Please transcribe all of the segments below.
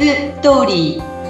ストーリー。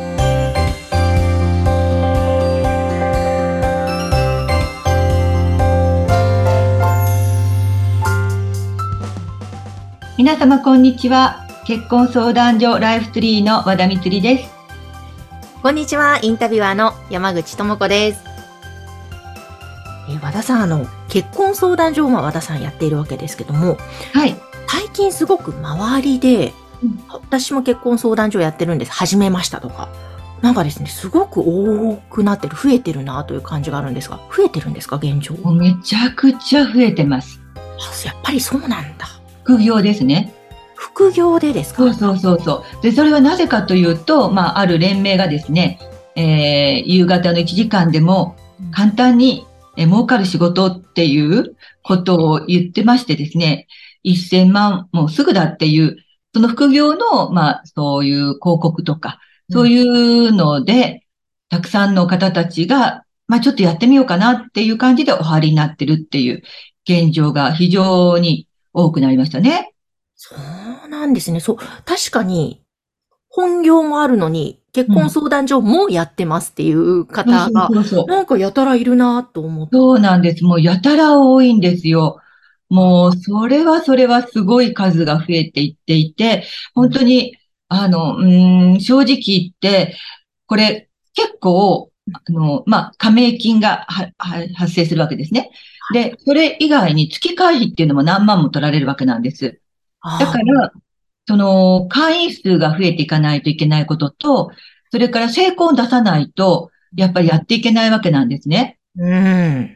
皆様こんにちは。結婚相談所ライフツリーの和田光です。 こんにちは。インタビュアーの山口智子です。和田さん、結婚相談所を和田さんやっているわけですけども、 はい。 最近すごく周りで、私も結婚相談所やってるんです。始めましたとか。なんかですね、すごく多くなってる、増えてるなという感じがあるんですが、増えてるんですか、現状？ もうめちゃくちゃ増えてます。 やっぱりそうなんだ。 副業ですね。 副業でですか？ そう。で、それはなぜかというと、ある連盟がですね、夕方の1時間でも簡単に儲かる仕事っていうことを言ってましてですね、1000万もうすぐだっていう、その副業の、そういう広告とか、そういうので、たくさんの方たちが、ちょっとやってみようかなっていう感じでお入りになってるっていう現状が非常に多くなりましたね。 そうなんですね。そう。確かに、本業もあるのに、結婚うん。 相談所もやってますっていうそうそう方が、 そうそう。 なんかやたらいるなと思って。 そうなんです。もうやたら多いんですよ。もう、それはすごい数が増えていっていて、本当に、正直言って、これ、結構、加盟金が発生するわけですね。で、それ以外に月会費っていうのも何万も取られるわけなんです。だああ、 から、その、会員数が増えていかないといけないことと、それから成功を出さないと、やっぱりやっていけないわけなんですね。 うん。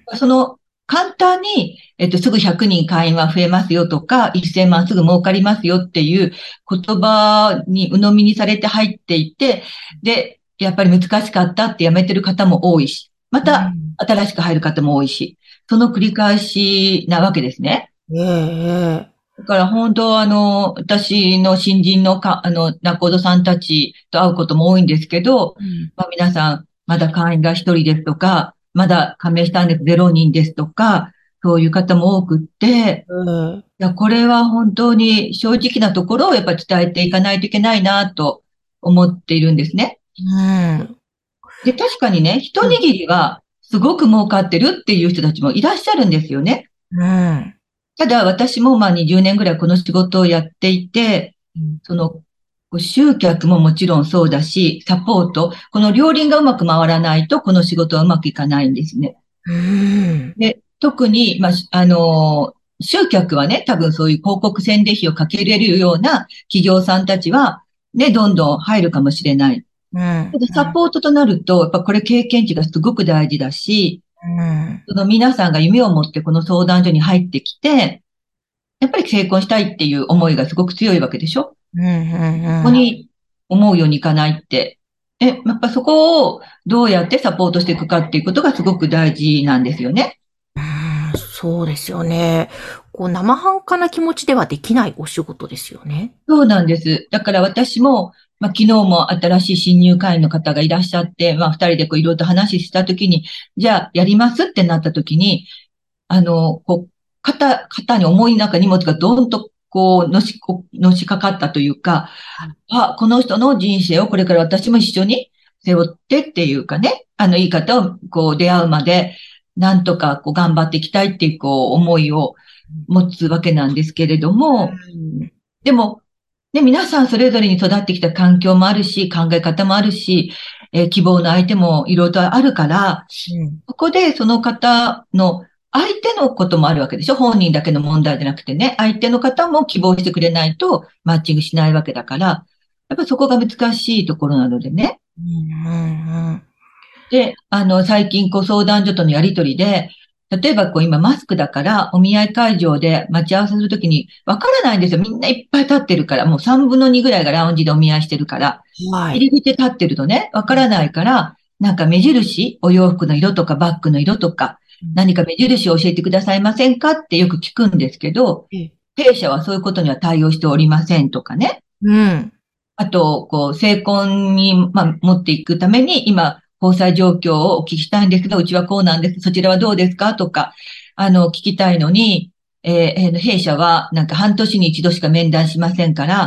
その、簡単に、すぐ100人会員は増えますよとか、1000万すぐ儲かりますよっていう言葉に鵜呑みにされて入っていて、で、やっぱり難しかったって辞めてる方も多いし、また新しく入る方も多いし、その繰り返しなわけですね。 ええ、ええ。 だから本当私の新人の仲人さんたちと会うことも多いんですけど、 うん。 皆さん、まだ会員が一人ですとか、まだ加盟したんです0人ですとか、そういう方も多くって、 うん。 いや、これは本当に正直なところをやっぱ伝えていかないといけないなと思っているんですね。 うん。 で、確かにね、一握りはすごく儲かってるっていう人たちもいらっしゃるんですよね。 うん。 ただ私も20年ぐらいこの仕事をやっていて、その、集客ももちろんそうだし、サポート、この両輪がうまく回らないと、この仕事はうまくいかないんですね。 うん。 で、特に、集客はね、多分そういう広告宣伝費をかけれるような企業さんたちは、ね、どんどん入るかもしれない。 うん。 ただサポートとなると、やっぱこれ経験値がすごく大事だし、 うん。 その皆さんが夢を持ってこの相談所に入ってきて、やっぱり成婚したいっていう思いがすごく強いわけでしょ。 うん。うん。 ここに思うようにいかないって。やっぱそこをどうやってサポートしていくかっていうことがすごく大事なんですよね。 そうですよね。生半可な気持ちではできないお仕事ですよね。 そうなんです。だから私も、昨日も新しい新入会員の方がいらっしゃって、二人でいろいろと話したときに、じゃあやりますってなったときに、肩に重いなんか荷物がどんとのしかかったというか、この人の人生をこれから私も一緒に背負ってっていうかね、いい方を出会うまで、なんとか頑張っていきたいっていう思いを持つわけなんですけれども、 うん。 でも、ね、皆さんそれぞれに育ってきた環境もあるし、考え方もあるし、希望の相手もいろいろとあるから、 うん。 ここでその方の相手のこともあるわけでしょ。本人だけの問題じゃなくてね、相手の方も希望してくれないとマッチングしないわけだから、やっぱりそこが難しいところなのでね。 うん。 で、最近相談所とのやりとりで、例えば今マスクだからお見合い会場で待ち合わせするときにわからないんですよ。みんないっぱい立ってるから、もう3分の2ぐらいがラウンジでお見合いしてるから、 はい。 入り口で立ってるとね、わからないから、なんか目印、お洋服の色とかバッグの色とか、何か目印を教えてくださいませんかってよく聞くんですけど、弊社はそういうことには対応しておりませんとかね。 うん。 あと、成婚に、持っていくために、今、交際状況をお聞きしたいんですけど、うちはこうなんです。そちらはどうですかとか、聞きたいのに、弊社は、なんか半年に一度しか面談しませんから、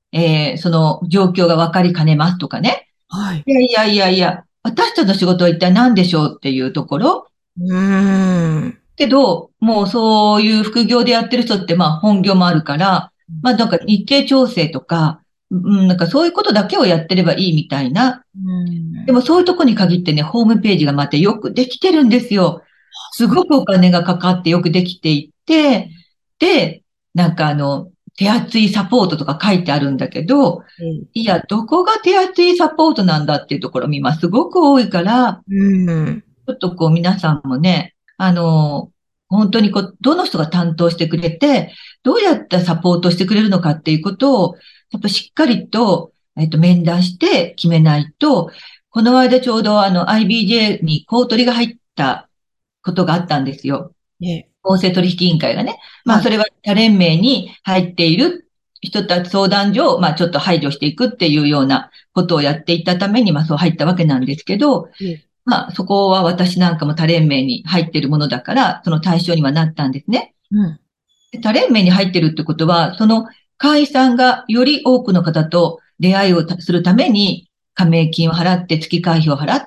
その状況が分かりかねますとかね。 はい。 いやいやいやいや、私たちの仕事は一体何でしょうっていうところ。 うーん。 けど、もうそういう副業でやってる人って、まあ本業もあるから、まあなんか日程調整とか、なんかそういうことだけをやってればいいみたいな。 うーん。 でもそういうとこに限ってね、ホームページがまたよくできてるんですよ。すそう。 ごくお金がかかってよくできていて、で、なんか手厚いサポートとか書いてあるんだけど、 ええ。 いや、どこが手厚いサポートなんだっていうところ今すごく多いから、 うーん。 ちょっとこう皆さんもね、本当にこう、どの人が担当してくれて、どうやったサポートしてくれるのかっていうことを、やっぱしっかりと、面談して決めないと、この間ちょうどIBJ に公取りが入ったことがあったんですよ。 ええ。 公正取引委員会がね。まあはい。 それは他連盟に入っている人たち相談所を、まあちょっと排除していくっていうようなことをやっていたために、まあそう入ったわけなんですけど、 ええ。 まあ、そこは私なんかも他連盟に入っているものだから、その対象にはなったんですね。 うん。 で他連盟に入っているってことは、その会員さんがより多くの方と出会いをするために、加盟金を払って、月会費を払って、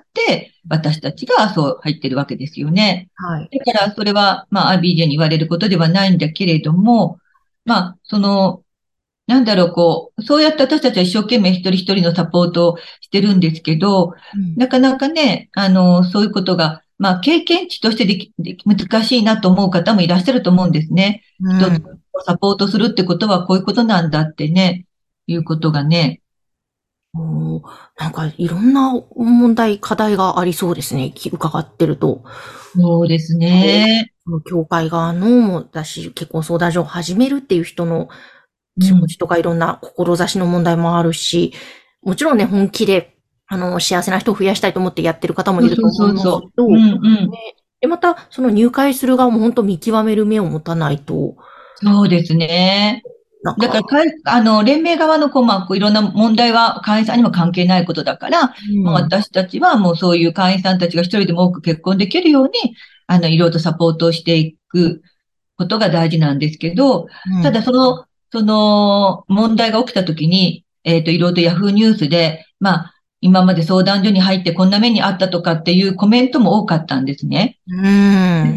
私たちがそう入ってるわけですよね。 はい。 だから、それは、まあ、IBJ に言われることではないんだけれども、まあ、なんだろう、こう、そうやって私たちは一生懸命一人一人のサポートをしてるんですけど、 うん。 なかなかね、そういうことが、まあ、経験値として難しいなと思う方もいらっしゃると思うんですね。 う人をん。 サポートするってことはこういうことなんだってね、いうことがね。 おー、なんかいろんな問題、課題がありそうですね。伺ってると。 そうですね。 その教会側のもだし、結婚相談所を始めるっていう人のうん。 気持ちとかいろんな志の問題もあるし、もちろんね、本気で、幸せな人を増やしたいと思ってやってる方もいるとそうそう思いますそうそう。うけど、ね、 んうん。 で、また、その入会する側も本当見極める目を持たないと、 そうですね。 なんか、 だから、連盟側のまあ、こういろんな問題は会員さんにも関係ないことだから、まあ、 うん、 私たちはもうそういう会員さんたちが一人でも多く結婚できるように、いろいろとサポートをしていくことが大事なんですけど、ただうん、 その問題が起きたときに、いろいろとヤフーニュースで、まあ、今まで相談所に入ってこんな目にあったとかっていうコメントも多かったんですね。 うん。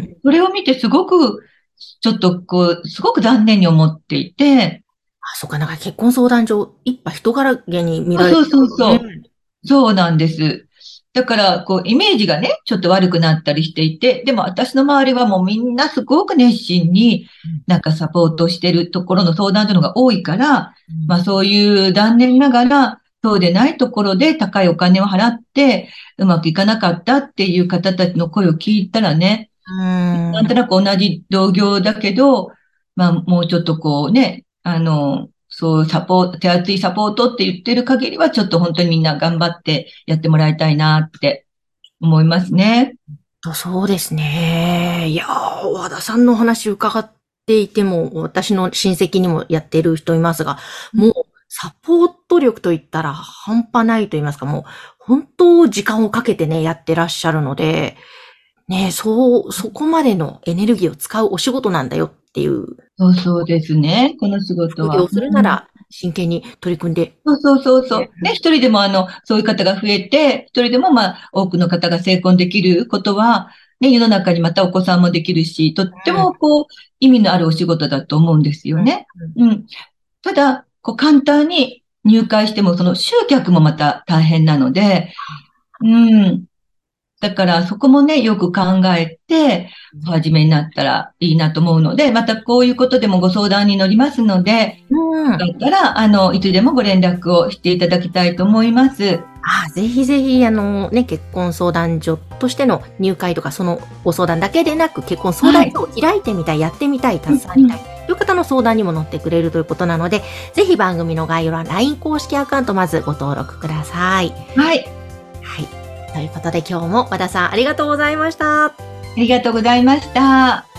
それを見てすごく、ちょっとこう、すごく残念に思っていて、 あ、そうか、なんか結婚相談所、一派人柄げに見られてそうそうそうますね。 そう。そうなんです。だから、こう、イメージがね、ちょっと悪くなったりしていて、でも私の周りはもうみんなすごく熱心にうん、 なんかサポートしてるところの相談所のが多いから、 うん、 まあそういう残念ながら、そうでないところで高いお金を払ってうまくいかなかったっていう方たちの声を聞いたらね、 うん。 なんとなく同じ同業だけど、まあもうちょっとこうね、そう手厚いサポートって言ってる限りはちょっと本当にみんな頑張ってやってもらいたいなって思いますね。 そうですね。いやー、和田さんのお話伺っていても、私の親戚にもやってる人いますが、もう、サポート力といったら半端ないと言いますか、もう、本当時間をかけてね、やってらっしゃるので、ね、そこまでのエネルギーを使うお仕事なんだよっていう、 そうそうですね。この仕事は。 副業するなら真剣に取り組んで、 そうそうそうそね、 う。ね、一人でもそういう方が増えて、一人でもまあ、多くの方が成婚できることは、ね、世の中にまたお子さんもできるし、とってうん、 もこう、意味のあるお仕事だと思うんですようん、 ね。うん。ただ、こう、簡単に入会しても、その集客もまた大変なので、うん。だからそこもね、よく考えて、お始めになったらいいなと思うので、またこういうことでもご相談に乗りますので、 うん。うん。 よかったら、いつでもご連絡をしていただきたいと思います。 ぜひぜひ、ね、結婚相談所としての入会とか、そのご相談だけでなく、結婚相はい。 談所を開いてみたい、やってみたい、 うん携わりたい、 うん。 という方の相談にも乗ってくれるということなので、ぜひ番組の概要欄、LINE 公式アカウント、まずご登録ください。 はい。 はい。ということで、今日も和田さん、ありがとうございました。 ありがとうございました。